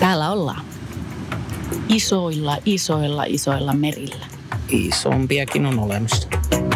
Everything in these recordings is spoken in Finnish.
Täällä ollaan. Isoilla merillä. Isompiakin on olemassa.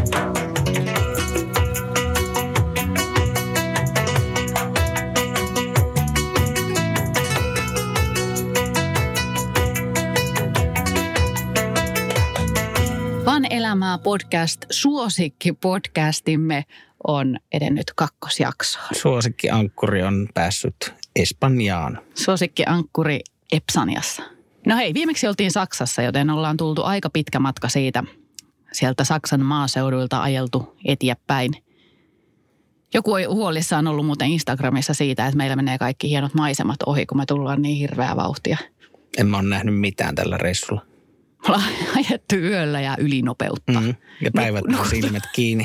Vaan elämää podcast, suosikkipodcastimme on edennyt 2. jaksoon. Suosikkiankkuri on päässyt Espanjaan. Suosikkiankkuri Epsaniassa. No hei, viimeksi oltiin Saksassa, joten ollaan tultu aika pitkä matka sieltä Saksan maaseuduilta ajeltu eteenpäin. Joku on huolissaan ollut muuten Instagramissa siitä, että meillä menee kaikki hienot maisemat ohi, kun me tullaan niin hirveää vauhtia. En mä ole nähnyt mitään tällä reissulla. Me ollaan ajettu yöllä ja ylinopeutta. Ja päivät on silmät kiinni.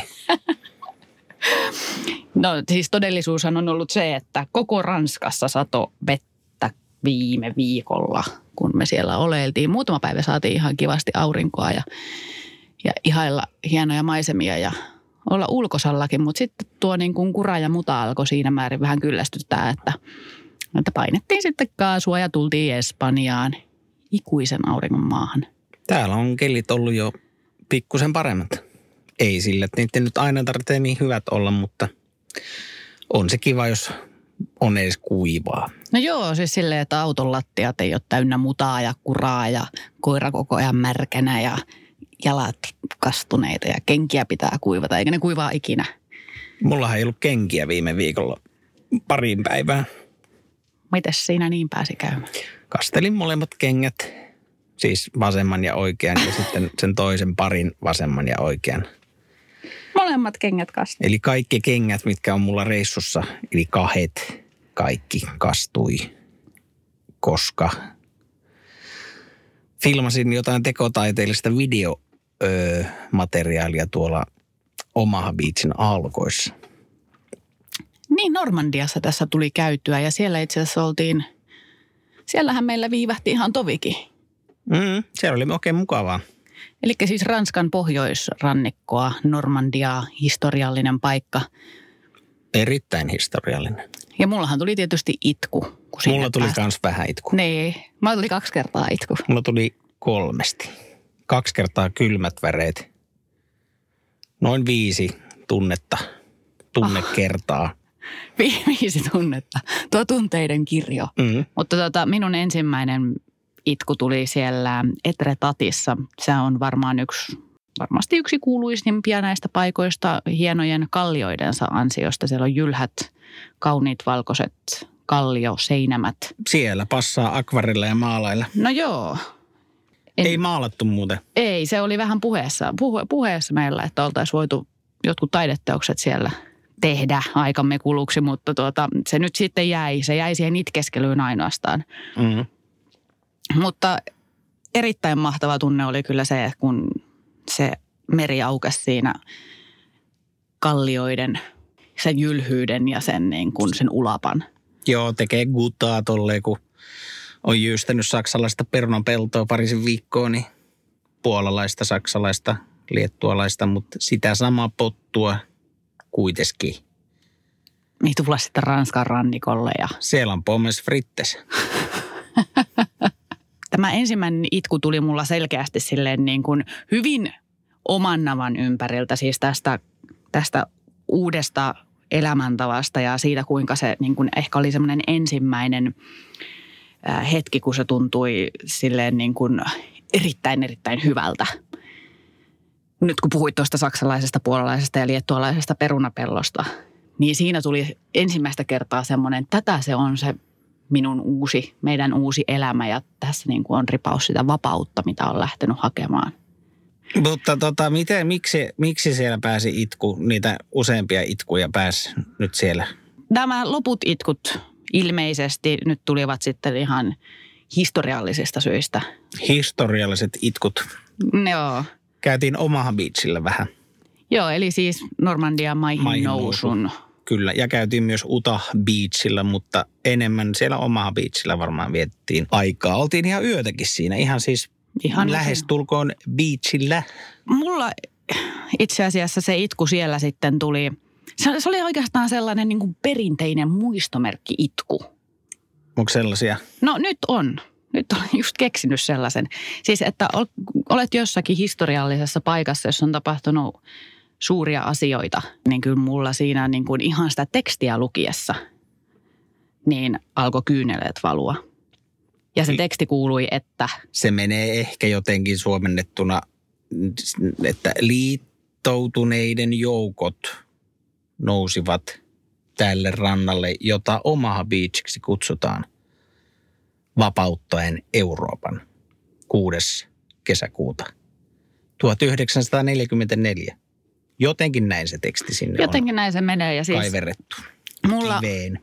No siis todellisuushan on ollut se, että koko Ranskassa sato vettä viime viikolla, kun me siellä oleiltiin. Muutama päivä saatiin ihan kivasti aurinkoa ja ihailla hienoja maisemia ja olla ulkosallakin. Mutta sitten tuo niin kuin kura ja muta alkoi siinä määrin vähän kyllästyttää, että painettiin sitten kaasua ja tultiin Espanjaan ikuisen auringon maahan. Täällä on kelit ollut jo pikkusen paremmat. Ei sillä, että niiden nyt aina tarvitsee niin hyvät olla, mutta on se kiva, jos on edes kuivaa. No joo, siis silleen, että auton lattiat ei ole täynnä mutaa ja kuraa ja koira koko ajan märkänä ja jalat kastuneita ja kenkiä pitää kuivata, eikä ne kuivaa ikinä. Mullahan ei ollut kenkiä viime viikolla pariin päivään. Mites siinä niin pääsi käymään? Kastelin molemmat kengät, siis vasemman ja oikean ja sitten sen toisen parin vasemman ja oikean. Molemmat kengät kastui. Eli kaikki kengät, mitkä on mulla reissussa, eli kaikki kastui, koska filmasin jotain tekotaiteellista videomateriaalia tuolla Omaha Beachin alkoissa. Niin, Normandiassa tässä tuli käytyä ja siellä itse asiassa siellähän meillä viivähti ihan tovikin. Siellä oli oikein mukavaa. Eli siis Ranskan pohjoisrannikkoa, Normandiaa, historiallinen paikka. Erittäin historiallinen. Ja mullahan tuli tietysti itku. Mulla tuli kans vähän itku. Niin, mulla tuli 2 kertaa itku. Mulla tuli 3. 2 kertaa kylmät väreet. Noin 5 tunnekertaa. 5 tunnetta. Tuo tunteiden kirjo. Mutta minun ensimmäinen itku tuli siellä Etretatissa. Se on varmasti yksi kuuluisimpia näistä paikoista hienojen kallioidensa ansiosta. Siellä on jylhät, kauniit valkoiset kallioseinämät. Siellä passaa akvarilla ja maalailla. No joo. Ei maalattu muuten. Ei, se oli vähän puheessa meillä, että oltaisiin voitu jotkut taideteokset siellä tehdä aikamme kuluksi, mutta se nyt sitten se jäi siihen itkeskelyyn ainoastaan. Mutta erittäin mahtava tunne oli kyllä se, kun se meri aukesi siinä kallioiden, sen jylhyyden ja sen, niin kuin sen ulapan. Joo, tekee gutaa tolleen, kun on jyystänyt saksalaista perunanpeltoa parisen viikkoa, niin puolalaista, saksalaista, liettualaista, mutta sitä samaa pottua kuitenkin. Niin tulla sitten Ranskan rannikolle ja... Siellä on pommes frites. Tämä ensimmäinen itku tuli mulla selkeästi silleen niin kuin hyvin oman navan ympäriltä, siis tästä uudesta elämäntavasta ja siitä, kuinka se niin kuin ehkä oli semmoinen ensimmäinen hetki, kun se tuntui silleen niin kuin erittäin hyvältä. Nyt kun puhuit tuosta saksalaisesta, puolalaisesta ja liettualaisesta perunapellosta, niin siinä tuli ensimmäistä kertaa semmoinen, tätä se on se meidän uusi elämä ja tässä niin kuin on ripaus sitä vapautta, mitä on lähtenyt hakemaan. Mutta miksi siellä pääsi itku, niitä useampia itkuja pääsi nyt siellä? Nämä loput itkut ilmeisesti nyt tulivat sitten ihan historiallisista syistä. Historialliset itkut. Joo. Käytiin Omaha Beachillä vähän. Joo, eli siis Normandian maihin nousun. Kyllä, ja käytiin myös Utah Beachillä, mutta enemmän siellä Omaha Beachillä varmaan vietettiin aikaa. Oltiin ihan yötäkin siinä, ihan lähestulkoon beachillä. Mulla itse asiassa se itku siellä sitten tuli, se oli oikeastaan sellainen niin kuin perinteinen muistomerkki itku. Onko sellaisia? No nyt on. Nyt olen just keksinyt sellaisen. Siis, että olet jossakin historiallisessa paikassa, jossa on tapahtunut suuria asioita, niin kyllä mulla siinä niin kuin ihan sitä tekstiä lukiessa, niin alkoi kyyneleet valua. Ja se teksti kuului, että... Se menee ehkä jotenkin suomennettuna, että liittoutuneiden joukot nousivat tälle rannalle, jota Omaha Beachiksi kutsutaan vapauttaen Euroopan 6. kesäkuuta 1944. Jotenkin näin se teksti sinne jotenkin näin se menee. Ja siis kaiverrettu. Mulla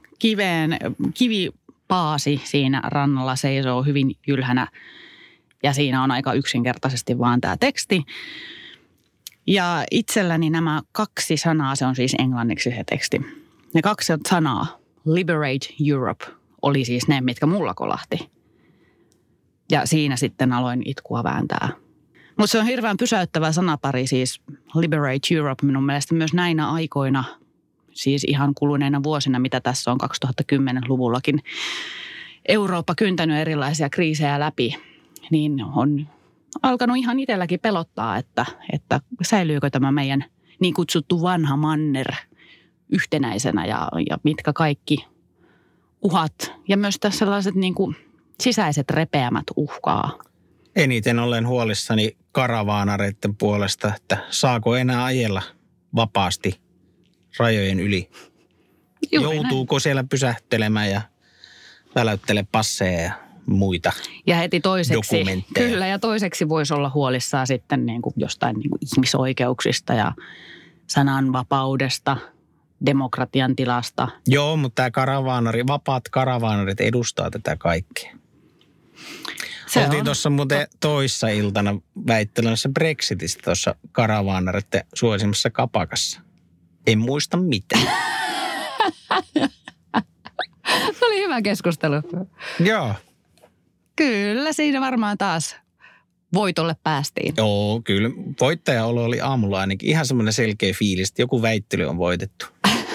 kivipaasi siinä rannalla seisoo hyvin jylhänä ja siinä on aika yksinkertaisesti vaan tämä teksti. Ja itselläni nämä 2 sanaa, se on siis englanniksi se teksti. Ne 2 sanaa, Liberate Europe, oli siis ne, mitkä mulla kolahti. Ja siinä sitten aloin itkua vääntää. Mutta se on hirveän pysäyttävä sanapari siis Liberate Europe minun mielestä myös näinä aikoina, siis ihan kuluneina vuosina, mitä tässä on 2010-luvullakin. Eurooppa kyntänyt erilaisia kriisejä läpi, niin on alkanut ihan itselläkin pelottaa, että säilyykö tämä meidän niin kutsuttu vanha manner yhtenäisenä ja mitkä kaikki uhat ja myös tässä sellaiset niin kuin sisäiset repeämät uhkaa. Eniten olen huolissani karavaanareiden puolesta, että saako enää ajella vapaasti rajojen yli. Joutuuko siellä pysähtelemään ja väläyttele passeja ja muita ja heti toiseksi, dokumentteja. Kyllä, ja toiseksi voisi olla huolissaan sitten niin kuin jostain niin kuin ihmisoikeuksista ja sananvapaudesta, demokratian tilasta. Joo, mutta tämä vapaat karavaanarit edustaa tätä kaikkea. Oltiin tuossa muuten toissa iltana väittelemässä Brexitistä tuossa karavaanareiden suosimassa kapakassa. En muista mitään. Se oli hyvä keskustelu. Joo. Kyllä, siinä varmaan taas voitolle päästiin. Joo, kyllä. Voittajaolo oli aamulla ainakin ihan semmoinen selkeä fiilis, että joku väittely on voitettu.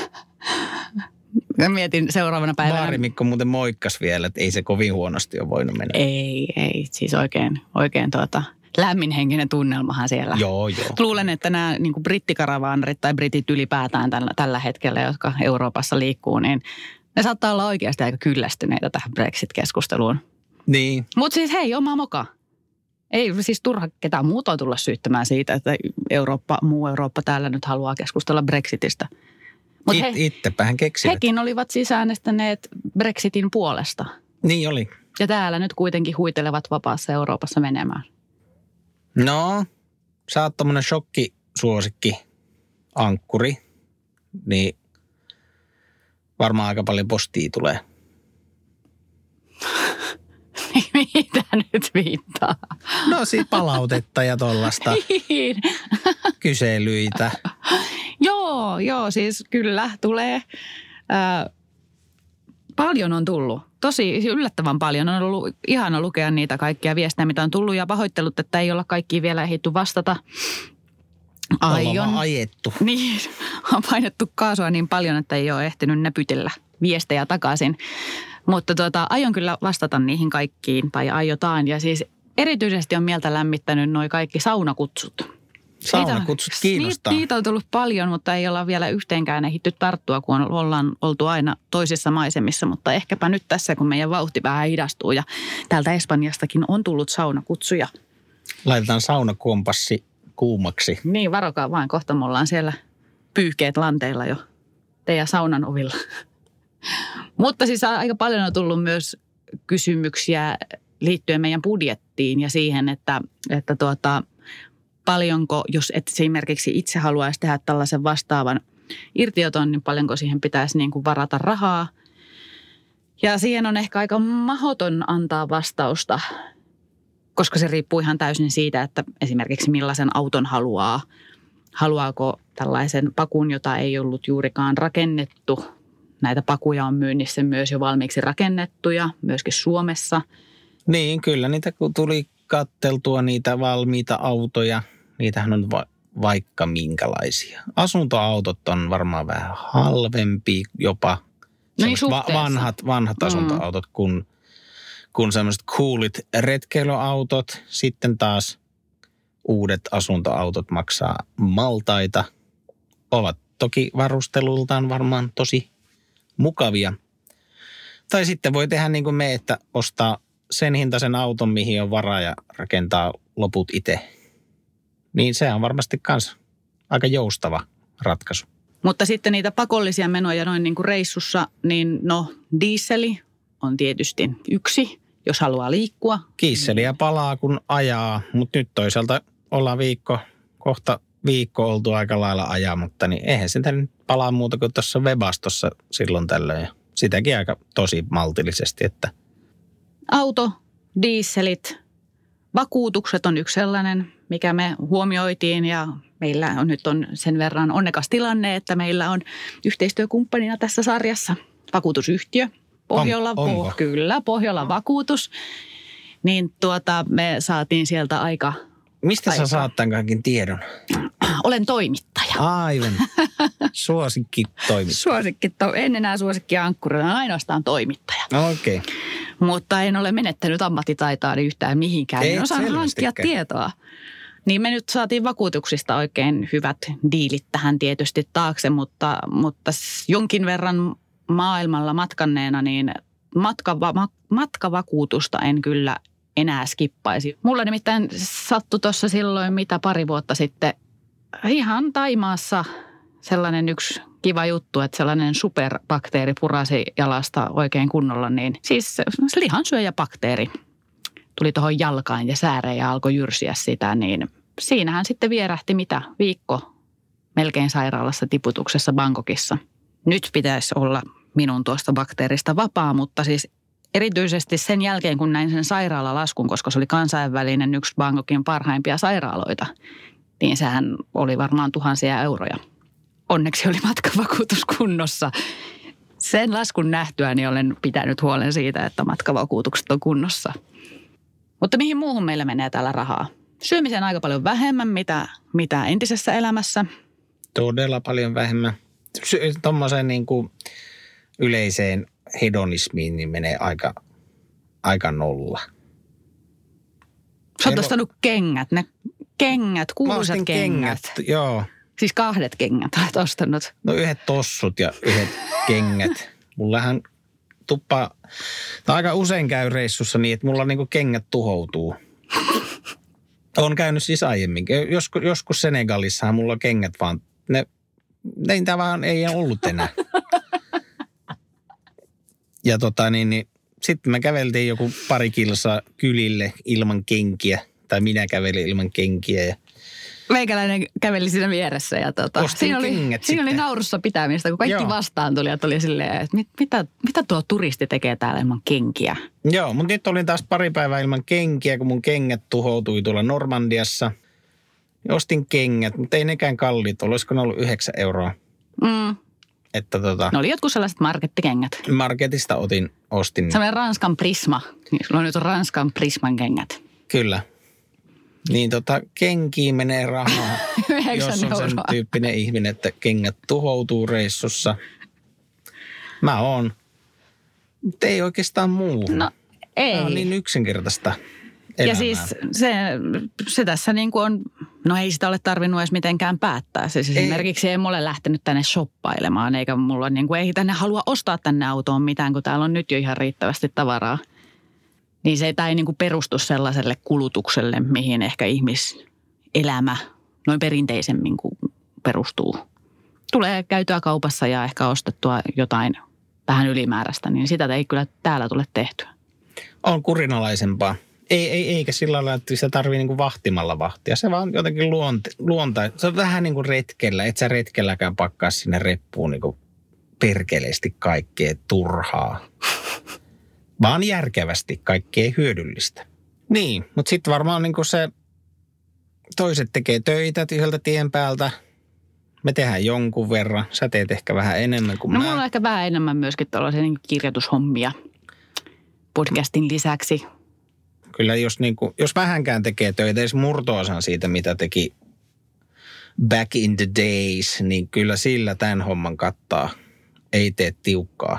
Mä mietin seuraavana päivänä. Baarimikko muuten moikkas vielä, että ei se kovin huonosti ole voinut mennä. Ei. Siis oikein lämminhenkinen tunnelmahan siellä. Joo. Luulen, että nämä niin kuin brittikaravaanarit tai britit ylipäätään tällä hetkellä, jotka Euroopassa liikkuu, niin ne saattaa olla oikeasti aika kyllästyneitä tähän Brexit-keskusteluun. Niin. Mutta siis hei, oma moka. Ei siis turha ketään muuta tulla syyttämään siitä, että muu Eurooppa täällä nyt haluaa keskustella Brexitistä. Itsepähän keksivät. Hekin olivat siis äänestäneet Brexitin puolesta. Niin oli. Ja täällä nyt kuitenkin huitelevat vapaassa Euroopassa menemään. No, sä oot tommonen shokkisuosikki ankkuri, niin varmaan aika paljon postia tulee. Mitä nyt viittaa? No siitä palautetta ja tollaista kyselyitä. Joo, siis kyllä tulee. Paljon on tullut. Tosi yllättävän paljon. On ollut ihana lukea niitä kaikkia viestejä, mitä on tullut. Ja pahoittelut, että ei olla kaikkiin vielä ehditty vastata. Ollaan ajettu. Niin, on painettu kaasua niin paljon, että ei ole ehtinyt näpytellä viestejä takaisin. Mutta aion kyllä vastata niihin kaikkiin, tai aiotaan. Ja siis erityisesti on mieltä lämmittänyt noi kaikki saunakutsut. Saunakutsut kiinnostaa. Niitä on tullut paljon, mutta ei olla vielä yhteenkään ehditty tarttua, kun ollaan oltu aina toisissa maisemissa. Mutta ehkäpä nyt tässä, kun meidän vauhti vähän hidastuu ja täältä Espanjastakin on tullut saunakutsuja. Laitetaan saunakompassi kuumaksi. Niin, varokaa vain. Kohta me ollaan siellä pyyhkeet lanteilla jo teidän saunan ovilla. Mutta siis aika paljon on tullut myös kysymyksiä liittyen meidän budjettiin ja siihen, että paljonko, jos et esimerkiksi itse haluaisi tehdä tällaisen vastaavan irtioton, niin paljonko siihen pitäisi niin kuin varata rahaa. Ja siihen on ehkä aika mahdoton antaa vastausta, koska se riippuu ihan täysin siitä, että esimerkiksi millaisen auton haluaa. Haluaako tällaisen pakun, jota ei ollut juurikaan rakennettu. Näitä pakuja on myynnissä myös jo valmiiksi rakennettuja, myöskin Suomessa. Niin, kyllä niitä kun tuli katteltua niitä valmiita autoja. Niitähän on vaikka minkälaisia. Asuntoautot on varmaan vähän halvempi jopa. No niin, suhteessa. Vanhat asuntoautot, kun sellaiset coolit retkeilyautot. Sitten taas uudet asuntoautot maksaa maltaita. Ovat toki varustelultaan varmaan tosi mukavia. Tai sitten voi tehdä niin kuin me, että ostaa sen hintaisen auton, mihin on varaa ja rakentaa loput itse. Niin se on varmasti myös aika joustava ratkaisu. Mutta sitten niitä pakollisia menoja noin niin kuin reissussa, niin no dieseli on tietysti yksi, jos haluaa liikkua. Kiisseliä palaa kun ajaa, mutta nyt toisaalta ollaan kohta viikko oltu aika lailla ajamatta, niin eihän sitä nyt palaa muuta kuin tuossa Webastossa silloin tällöin. Ja sitäkin aika tosi maltillisesti, että... Auto, dieselit, vakuutukset on yksi sellainen, mikä me huomioitiin ja meillä on nyt sen verran onnekas tilanne, että meillä on yhteistyökumppanina tässä sarjassa vakuutusyhtiö. Onko? Kyllä, Pohjolan vakuutus. Niin me saatiin sieltä aika... Mistä sä saat tämän kaiken tiedon? Olen toimittaja. Aivan. Suosikkitoimittaja. En enää suosikkiankkuri, olen ainoastaan toimittaja. Okei. Okay. Mutta en ole menettänyt ammattitaitoani yhtään mihinkään. En osaa hankkia tietoa. Niin me nyt saatiin vakuutuksista oikein hyvät diilit tähän tietysti taakse, mutta jonkin verran maailmalla matkanneena, niin matkavakuutusta en kyllä enää skippaisi. Mulla nimittäin sattui tuossa silloin pari vuotta sitten ihan Taimaassa sellainen yksi kiva juttu, että sellainen superbakteeri purasi jalasta oikein kunnolla, niin siis lihansyöjäbakteeri tuli tuohon jalkaan ja sääreen ja alkoi jyrsiä sitä, niin siinähän sitten vierähti viikko melkein sairaalassa tiputuksessa Bangkokissa. Nyt pitäisi olla minun tuosta bakteerista vapaa, mutta siis erityisesti sen jälkeen, kun näin sen sairaalalaskun, koska se oli kansainvälinen yksi Bangkokin parhaimpia sairaaloita, niin sehän oli varmaan tuhansia euroja. Onneksi oli matkavakuutus kunnossa. Sen laskun nähtyäni olen pitänyt huolen siitä, että matkavakuutukset on kunnossa. Mutta mihin muuhun meillä menee täällä rahaa? Syömiseen aika paljon vähemmän, mitä entisessä elämässä. Todella paljon vähemmän. Tuommoiseen niin kuin yleiseen hedonismiin niin menee aika nolla. Sä oot ostanut kengät, kuuluisat kengät. Joo. Siis 2 kengät olet ostanut. No 1 tossut ja 1 kengät. Mullahan aika usein käy reissussa niin, että mulla niinku kengät tuhoutuu. Olen käynyt siis aiemminkin. Joskus Senegalissahan mulla on kengät vaan, niitä vaan ei ollut enää. Ja sitten me käveltiin joku 2 kilsaa kylille ilman kenkiä. Tai minä kävelin ilman kenkiä. Ja meikäläinen käveli siinä vieressä ja siinä oli naurussa pitämistä, kun kaikki vastaan tuli ja tuli silleen, että mitä tuo turisti tekee täällä ilman kenkiä? Joo, mutta nyt olin taas 2 päivää ilman kenkiä, kun mun kengät tuhoutui tuolla Normandiassa. Ostin kengät, mutta ei nekään kalliit. Olisiko ne ollut 9 euroa? Että ne oli jotkut sellaiset markettikengät. Marketista ostin. Sellainen Ranskan Prisma. Sulla on nyt Ranskan Prisman kengät. Kyllä. Niin kenkiin menee rahaa, jos on sen tyyppinen ihminen, että kengät tuhoutuu reissussa. Mä oon. Mutta ei oikeastaan muuhun. No ei. Tämä on niin yksinkertaista elämää. Ja siis se tässä niin kuin on, no ei sitä ole tarvinnut edes mitenkään päättää. Siis esimerkiksi ei mulle lähtenyt tänne shoppailemaan, eikä mulla niin kuin, ei tänne halua ostaa tänne autoon mitään, kun täällä on nyt jo ihan riittävästi tavaraa. Niin tämä ei niin kuin perustu sellaiselle kulutukselle, mihin ehkä ihmiselämä noin perinteisemmin perustuu. Tulee käytyä kaupassa ja ehkä ostettua jotain vähän ylimääräistä, niin sitä ei kyllä täällä tule tehtyä. On kurinalaisempaa. Eikä sillä lailla, että sitä tarvitsee niin kuin vahtimalla vahtia. Se vaan jotenkin se on vähän niin kuin retkellä. Et sä retkelläkään pakkaa sinne reppuun niin kuin perkeleesti kaikkea turhaa. Vaan järkevästi kaikkea hyödyllistä. Niin, mutta sitten varmaan niin kuin se toiset tekee töitä yhdeltä tien päältä. Me tehdään jonkun verran. Sä teet ehkä vähän enemmän kuin mä. Mulla on ehkä vähän enemmän myöskin tällaisia niin kirjoitushommia podcastin lisäksi. Kyllä jos vähänkään tekee töitä, edes murto-osan siitä, mitä teki back in the days, niin kyllä sillä tämän homman kattaa. Ei tee tiukkaa.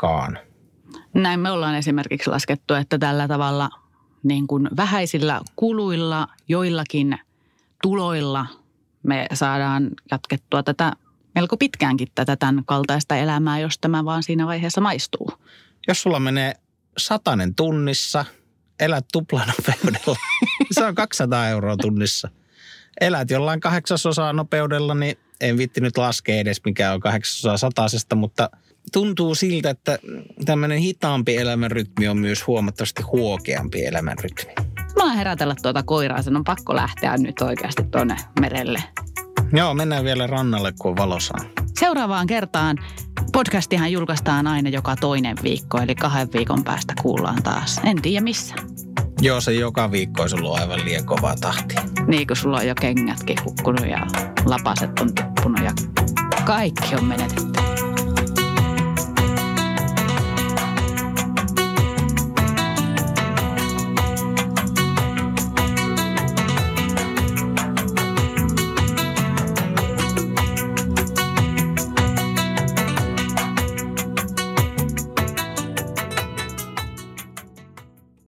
ainakaan. Näin me ollaan esimerkiksi laskettu, että tällä tavalla niin kuin vähäisillä kuluilla, joillakin tuloilla me saadaan jatkettua tätä melko pitkäänkin tämän kaltaista elämää, jos tämä vaan siinä vaiheessa maistuu. Jos sulla menee 100 tunnissa, elät tuplanopeudella, se on 200 € tunnissa. Elät jollain 8/8 nopeudella, niin en viitti nyt laskea edes mikä on 8/100, mutta tuntuu siltä, että tämmöinen hitaampi elämänrytmi on myös huomattavasti huokeampi elämänrytmi. Mä oon herätellä tuota koiraa, sen on pakko lähteä nyt oikeasti tuonne merelle. Joo, mennään vielä rannalle, kun on valosaa. Seuraavaan kertaan podcastihan julkaistaan aina joka toinen viikko, eli 2 viikon päästä kuullaan taas. En tiedä missä. Joo, se joka viikko olisi ollut aivan liian kovaa tahtia. Niin kuin sulla on jo kengätkin hukkunut ja lapaset on tippunut ja kaikki on menetetty.